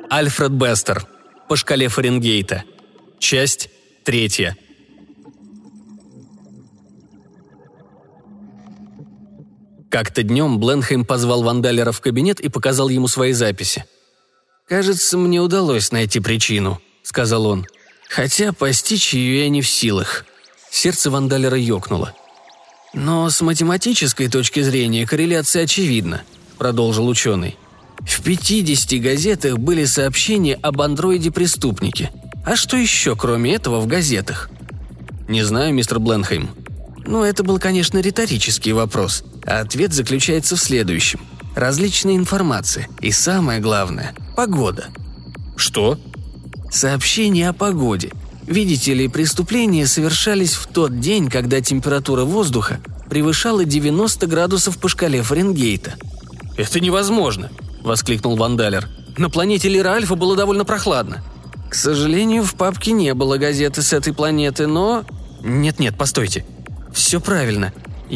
Альфред Бестер. По шкале Фаренгейта. Часть 3. Как-то днем Бленхейм позвал Вандалера в кабинет и показал ему свои записи. «Кажется, мне удалось найти причину», — сказал он. «Хотя постичь ее я не в силах». Сердце Вандалера ёкнуло. «Но с математической точки зрения корреляция очевидна», — продолжил ученый. «В 50 газетах были сообщения об андроиде-преступнике. А что еще, кроме этого, в газетах?» «Не знаю, мистер Бленхейм». «Ну, это был, конечно, риторический вопрос, а ответ заключается в следующем. Различная информация и, самое главное, погода». «Что?» «Сообщения о погоде. Видите ли, преступления совершались в тот день, когда температура воздуха превышала 90 градусов по шкале Фаренгейта». «Это невозможно!» – воскликнул Вандалер. «На планете Лира-Альфа было довольно прохладно». «К сожалению, в папке не было газеты с этой планеты, но...» «Нет-нет, постойте. Все правильно.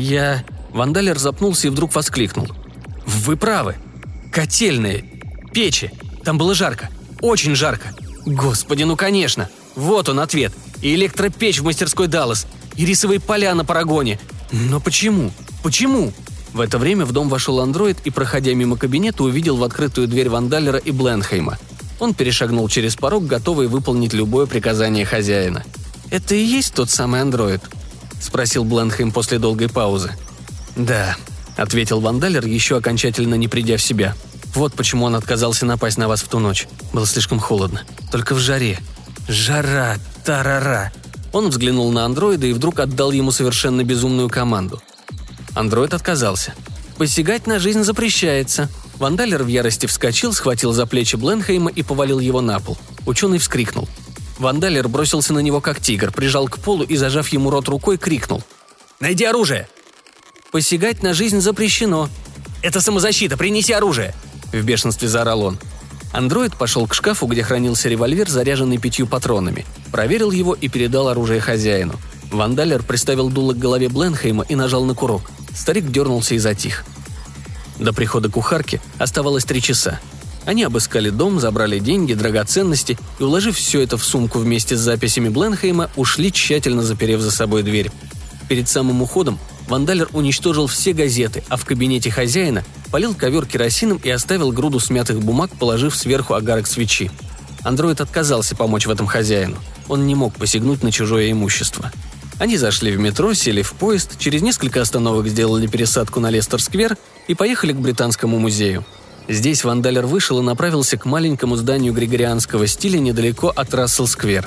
Вандалер запнулся и вдруг воскликнул. «Вы правы. Котельные. Печи. Там было жарко. Очень жарко. Господи, ну конечно. Вот он ответ. И электропечь в мастерской Даллас. И рисовые поля на Парагоне. Но почему? Почему?» В это время в дом вошел андроид и, проходя мимо кабинета, увидел в открытую дверь Вандалера и Бленхейма. Он перешагнул через порог, готовый выполнить любое приказание хозяина. «Это и есть тот самый андроид?» – спросил Бленхейм после долгой паузы. «Да», – ответил Вандалер, еще окончательно не придя в себя. «Вот почему он отказался напасть на вас в ту ночь. Было слишком холодно. Только в жаре. Жара, тарара». Он взглянул на андроида и вдруг отдал ему совершенно безумную команду. Андроид отказался. «Посягать на жизнь запрещается». Вандалер в ярости вскочил, схватил за плечи Бленхейма и повалил его на пол. Ученый вскрикнул. Вандалер бросился на него как тигр, прижал к полу и, зажав ему рот рукой, крикнул. «Найди оружие!» «Посягать на жизнь запрещено». «Это самозащита, принеси оружие!» В бешенстве заорал он. Андроид пошел к шкафу, где хранился револьвер, заряженный 5 патронами, проверил его и передал оружие хозяину. Вандалер приставил дуло к голове Бленхейма и нажал на курок. Старик дернулся и затих. До прихода кухарки оставалось 3 часа. Они обыскали дом, забрали деньги, драгоценности и, уложив все это в сумку вместе с записями Бленхейма, ушли, тщательно заперев за собой дверь. Перед самым уходом Вандалер уничтожил все газеты, а в кабинете хозяина полил ковер керосином и оставил груду смятых бумаг, положив сверху огарок свечи. Андроид отказался помочь в этом хозяину. Он не мог посягнуть на чужое имущество. Они зашли в метро, сели в поезд, через несколько остановок сделали пересадку на Лестер-сквер и поехали к Британскому музею. Здесь Вандалер вышел и направился к маленькому зданию григорианского стиля недалеко от Рассел-сквер.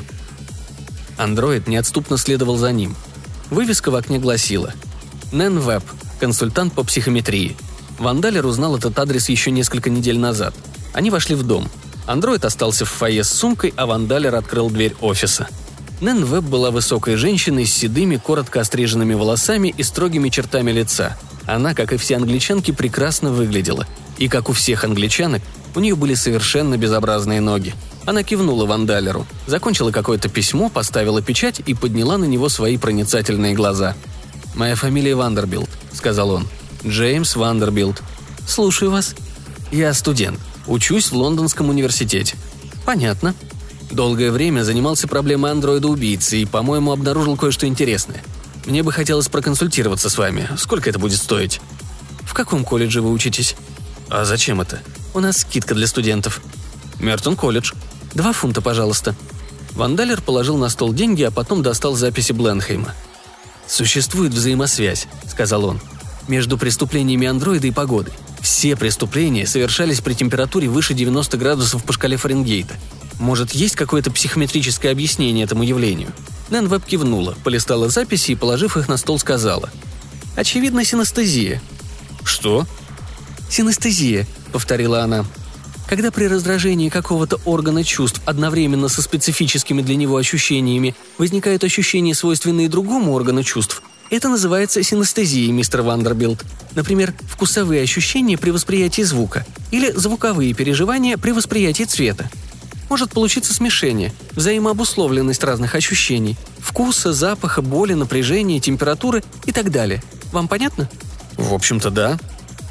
Андроид неотступно следовал за ним. Вывеска в окне гласила «Нэн Веб, консультант по психометрии». Вандалер узнал этот адрес еще несколько недель назад. Они вошли в дом. Андроид остался в фойе с сумкой, а Вандалер открыл дверь офиса. Нэн Веб была высокой женщиной с седыми, коротко остриженными волосами и строгими чертами лица. Она, как и все англичанки, прекрасно выглядела. И, как у всех англичанок, у нее были совершенно безобразные ноги. Она кивнула Вандалеру, закончила какое-то письмо, поставила печать и подняла на него свои проницательные глаза. «Моя фамилия Вандербилт», — сказал он. «Джеймс Вандербилт». «Слушаю вас». «Я студент. Учусь в Лондонском университете». «Понятно». «Долгое время занимался проблемой андроида-убийцы и, по-моему, обнаружил кое-что интересное. Мне бы хотелось проконсультироваться с вами. Сколько это будет стоить?» «В каком колледже вы учитесь?» «А зачем это?» «У нас скидка для студентов». «Мертон колледж». 2 фунта, пожалуйста». Вандалер положил на стол деньги, а потом достал записи Бленхейма. «Существует взаимосвязь», — сказал он, — «между преступлениями андроида и погодой. Все преступления совершались при температуре выше 90 градусов по шкале Фаренгейта. Может, есть какое-то психометрическое объяснение этому явлению?» Нэн Веб кивнула, полистала записи и, положив их на стол, сказала. «Очевидно, синестезия». «Что?» «Синестезия», — повторила она. «Когда при раздражении какого-то органа чувств одновременно со специфическими для него ощущениями возникают ощущения, свойственные другому органу чувств, это называется синестезией, мистер Вандербилт. Например, вкусовые ощущения при восприятии звука или звуковые переживания при восприятии цвета. Может получиться смешение, взаимообусловленность разных ощущений – вкуса, запаха, боли, напряжения, температуры и так далее. Вам понятно?» «В общем-то, да».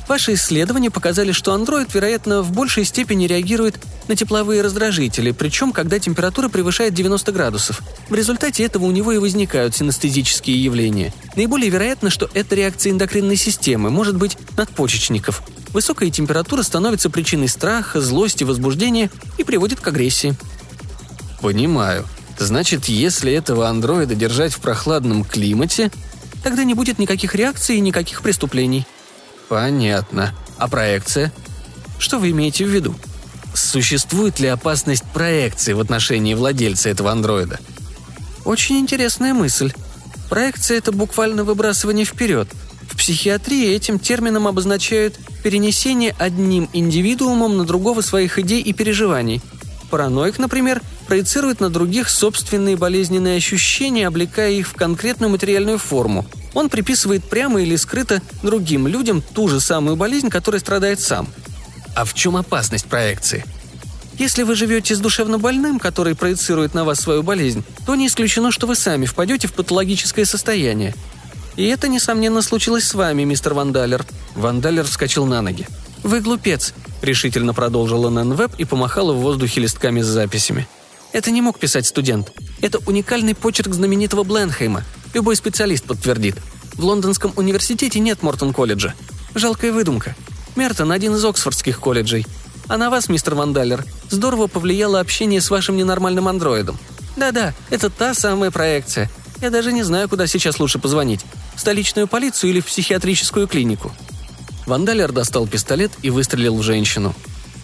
Ваши исследования показали, что андроид, вероятно, в большей степени реагирует на тепловые раздражители, причем когда температура превышает 90 градусов. В результате этого у него и возникают синестезические явления. Наиболее вероятно, что это реакция эндокринной системы, может быть, надпочечников. Высокая температура становится причиной страха, злости, возбуждения и приводит к агрессии. Понимаю. Значит, если этого андроида держать в прохладном климате, тогда не будет никаких реакций и никаких преступлений. Понятно. А проекция? Что вы имеете в виду? Существует ли опасность проекции в отношении владельца этого андроида? Очень интересная мысль. Проекция – это буквально выбрасывание вперед. В психиатрии этим термином обозначают перенесение одним индивидуумом на другого своих идей и переживаний. Параноик, например, проецирует на других собственные болезненные ощущения, облекая их в конкретную материальную форму. Он приписывает прямо или скрыто другим людям ту же самую болезнь, которой страдает сам. А в чем опасность проекции? Если вы живете с душевнобольным, который проецирует на вас свою болезнь, то не исключено, что вы сами впадете в патологическое состояние. И это, несомненно, случилось с вами, мистер Вандалер. Вандалер вскочил на ноги. «Вы глупец», — решительно продолжила Нэн Веб и помахала в воздухе листками с записями. «Это не мог писать студент. Это уникальный почерк знаменитого Бленхейма. Любой специалист подтвердит. В Лондонском университете нет Мортон-колледжа. Жалкая выдумка. Мертон – один из Оксфордских колледжей. А на вас, мистер Вандалер, здорово повлияло общение с вашим ненормальным андроидом. Да-да, это та самая проекция. Я даже не знаю, куда сейчас лучше позвонить. В столичную полицию или в психиатрическую клинику». Вандалер достал пистолет и выстрелил в женщину.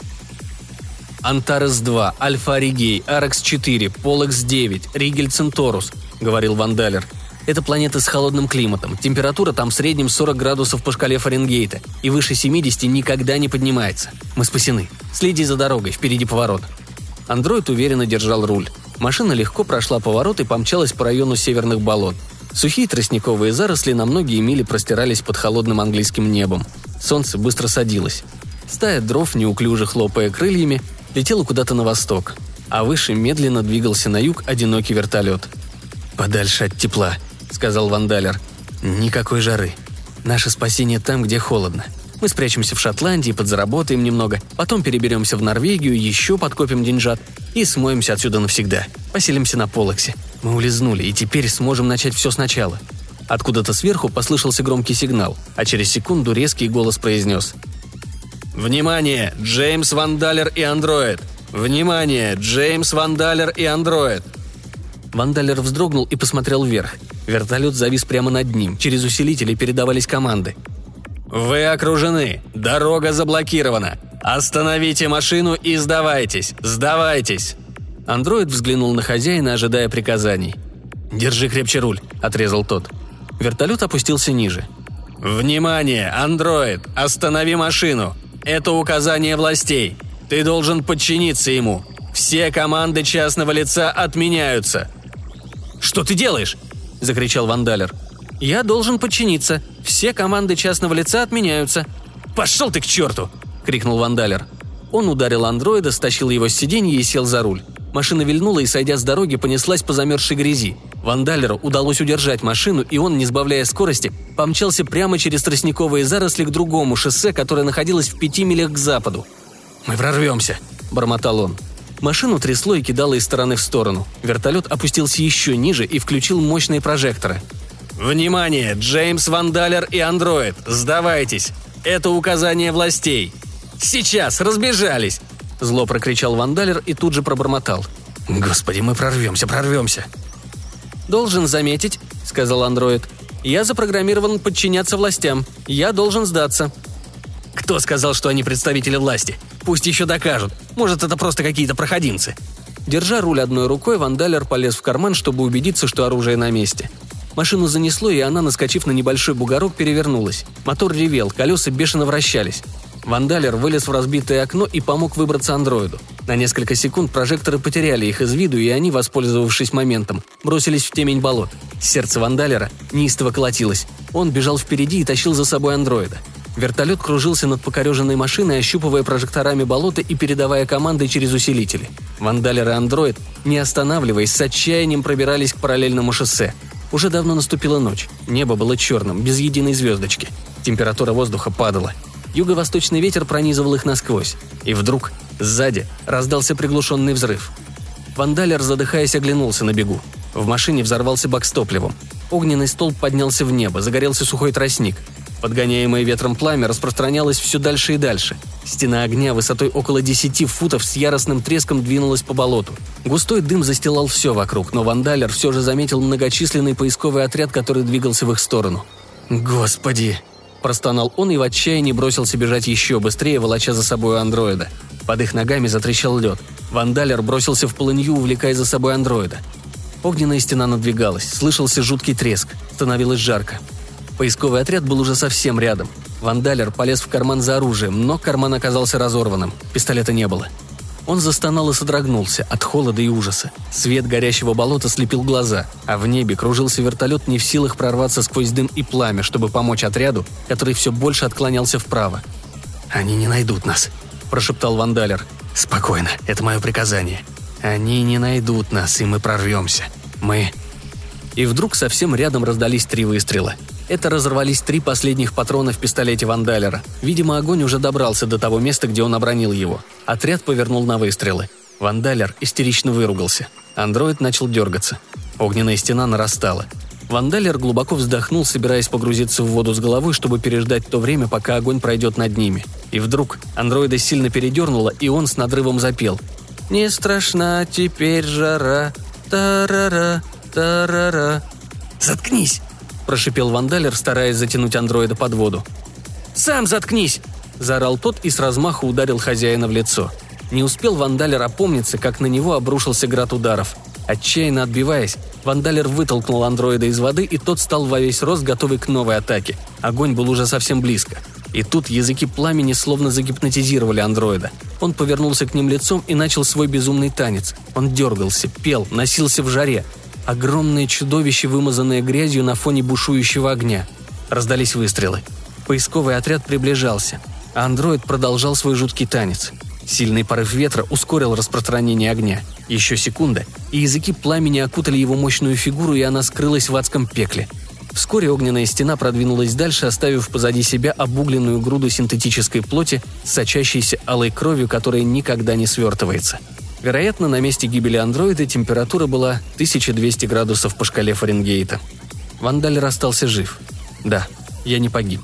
«Антарес-2, Альфа-Оригей, Арекс-4, Полекс-9, Ригель-Центорус», — говорил Вандалер. «Это планеты с холодным климатом. Температура там в среднем 40 градусов по шкале Фаренгейта и выше 70 никогда не поднимается. Мы спасены. Следи за дорогой, впереди поворот». Андроид уверенно держал руль. Машина легко прошла поворот и помчалась по району северных болот. Сухие тростниковые заросли на многие мили простирались под холодным английским небом. Солнце быстро садилось. Стая дров, неуклюже хлопая крыльями, летела куда-то на восток, а выше медленно двигался на юг одинокий вертолет. «Подальше от тепла», — сказал Вандалер. «Никакой жары. Наше спасение там, где холодно. Мы спрячемся в Шотландии, подзаработаем немного, потом переберемся в Норвегию, еще подкопим деньжат и смоемся отсюда навсегда. Поселимся на Полексе. Мы улизнули, и теперь сможем начать все сначала». Откуда-то сверху послышался громкий сигнал, а через секунду резкий голос произнес: «Внимание! Джеймс Вандалер и андроид! Внимание! Джеймс Вандалер и андроид!» Вандалер вздрогнул и посмотрел вверх. Вертолет завис прямо над ним, через усилители передавались команды. «Вы окружены! Дорога заблокирована! Остановите машину и сдавайтесь! Сдавайтесь!» Андроид взглянул на хозяина, ожидая приказаний. «Держи крепче руль», — отрезал тот. Вертолет опустился ниже. «Внимание, андроид! Останови машину! Это указание властей! Ты должен подчиниться ему! Все команды частного лица отменяются!» «Что ты делаешь?» – закричал Вандалер. «Я должен подчиниться. Все команды частного лица отменяются». «Пошел ты к черту!» – крикнул Вандалер. Он ударил андроида, стащил его с сиденья и сел за руль. Машина вильнула и, сойдя с дороги, понеслась по замерзшей грязи. Вандалеру удалось удержать машину, и он, не сбавляя скорости, помчался прямо через тростниковые заросли к другому шоссе, которое находилось в 5 милях к западу. «Мы прорвемся», – бормотал он. Машину трясло и кидало из стороны в сторону. Вертолет опустился еще ниже и включил мощные прожекторы. «Внимание! Джеймс Вандалер и андроид! Сдавайтесь! Это указание властей!» «Сейчас! Разбежались!» Зло прокричал Вандалер и тут же пробормотал: «Господи, мы прорвемся!» «Должен заметить», — сказал андроид, — «я запрограммирован подчиняться властям. Я должен сдаться». «Кто сказал, что они представители власти? Пусть еще докажут. Может, это просто какие-то проходимцы». Держа руль одной рукой, Вандалер полез в карман, чтобы убедиться, что оружие на месте. Машину занесло, и она, наскочив на небольшой бугорок, перевернулась. Мотор ревел, колеса бешено вращались. Вандалер вылез в разбитое окно и помог выбраться андроиду. На несколько секунд прожекторы потеряли их из виду, и они, воспользовавшись моментом, бросились в темень болот. Сердце Вандалера неистово колотилось. Он бежал впереди и тащил за собой андроида. Вертолет кружился над покореженной машиной, ощупывая прожекторами болота и передавая команды через усилители. Вандалер и андроид, не останавливаясь, с отчаянием пробирались к параллельному шоссе. Уже давно наступила ночь. Небо было черным, без единой звездочки. Температура воздуха падала. Юго-восточный ветер пронизывал их насквозь. И вдруг сзади раздался приглушенный взрыв. Вандалер, задыхаясь, оглянулся на бегу. В машине взорвался бак с топливом. Огненный столб поднялся в небо, загорелся сухой тростник. Подгоняемое ветром пламя распространялось все дальше и дальше. Стена огня высотой около 10 футов с яростным треском двинулась по болоту. Густой дым застилал все вокруг, но Вандалер все же заметил многочисленный поисковый отряд, который двигался в их сторону. «Господи!» – простонал он и в отчаянии бросился бежать еще быстрее, волоча за собой андроида. Под их ногами затрещал лед. Вандалер бросился в полынью, увлекая за собой андроида. Огненная стена надвигалась, слышался жуткий треск, становилось жарко. Поисковый отряд был уже совсем рядом. Вандалер полез в карман за оружием, но карман оказался разорванным, пистолета не было. Он застонал и содрогнулся от холода и ужаса. Свет горящего болота слепил глаза, а в небе кружился вертолет, не в силах прорваться сквозь дым и пламя, чтобы помочь отряду, который все больше отклонялся вправо. «Они не найдут нас», – прошептал Вандалер. «Спокойно, это мое приказание. Они не найдут нас, и мы прорвемся. Мы...» И вдруг совсем рядом раздались 3 выстрела. Это разорвались 3 последних патрона в пистолете Вандалера. Видимо, огонь уже добрался до того места, где он обронил его. Отряд повернул на выстрелы. Вандалер истерично выругался. Андроид начал дергаться. Огненная стена нарастала. Вандалер глубоко вздохнул, собираясь погрузиться в воду с головой, чтобы переждать то время, пока огонь пройдет над ними. И вдруг андроида сильно передернуло, и он с надрывом запел. «Не страшна теперь жара, тарара, тарара». «Заткнись!» – прошипел Вандалер, стараясь затянуть андроида под воду. «Сам заткнись!» – заорал тот и с размаху ударил хозяина в лицо. Не успел Вандалер опомниться, как на него обрушился град ударов. Отчаянно отбиваясь, Вандалер вытолкнул андроида из воды, и тот стал во весь рост, готовый к новой атаке. Огонь был уже совсем близко. И тут языки пламени словно загипнотизировали андроида. Он повернулся к ним лицом и начал свой безумный танец. Он дергался, пел, носился в жаре. Огромное чудовище, вымазанное грязью на фоне бушующего огня. Раздались выстрелы. Поисковый отряд приближался, а андроид продолжал свой жуткий танец. Сильный порыв ветра ускорил распространение огня. Еще секунда, и языки пламени окутали его мощную фигуру, и она скрылась в адском пекле. Вскоре огненная стена продвинулась дальше, оставив позади себя обугленную груду синтетической плоти с сочащейся алой кровью, которая никогда не свертывается. Вероятно, на месте гибели андроида температура была 1200 градусов по шкале Фаренгейта. Вандалер остался жив. Да, я не погиб.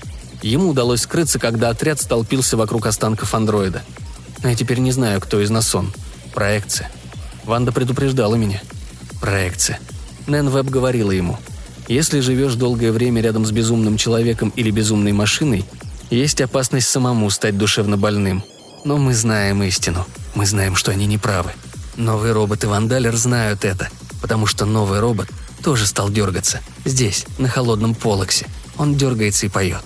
Ему удалось скрыться, когда отряд столпился вокруг останков андроида. Но я теперь не знаю, кто из нас он. Проекция. Ванда предупреждала меня. Проекция. Нэн Веб говорила ему. Если живешь долгое время рядом с безумным человеком или безумной машиной, есть опасность самому стать душевно больным. Но мы знаем истину. Мы знаем, что они неправы. Новый робот и Вандалер знают это, потому что новый робот тоже стал дергаться. Здесь, на холодном полоксе. Он дергается и поет.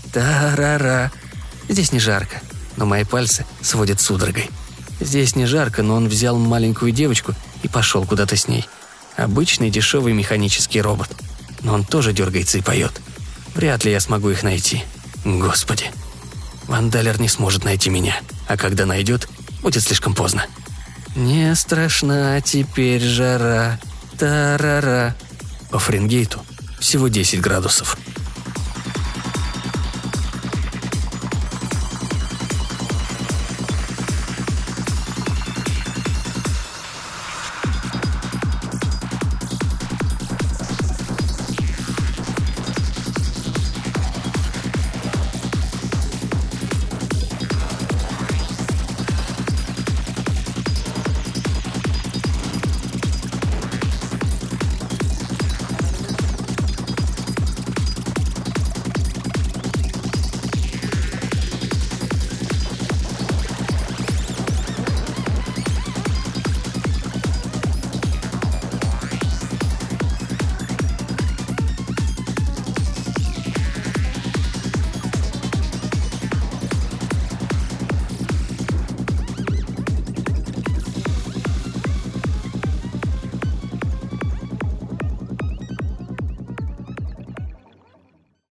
Та-ра-ра. Здесь не жарко, но мои пальцы сводят судорогой. Здесь не жарко, но он взял маленькую девочку и пошел куда-то с ней. Обычный дешевый механический робот. Но он тоже дергается и поет. Вряд ли я смогу их найти. Господи. Вандалер не сможет найти меня, а когда найдет, будет слишком поздно. Не страшна теперь жара, тарара. По Фаренгейту всего 10 градусов.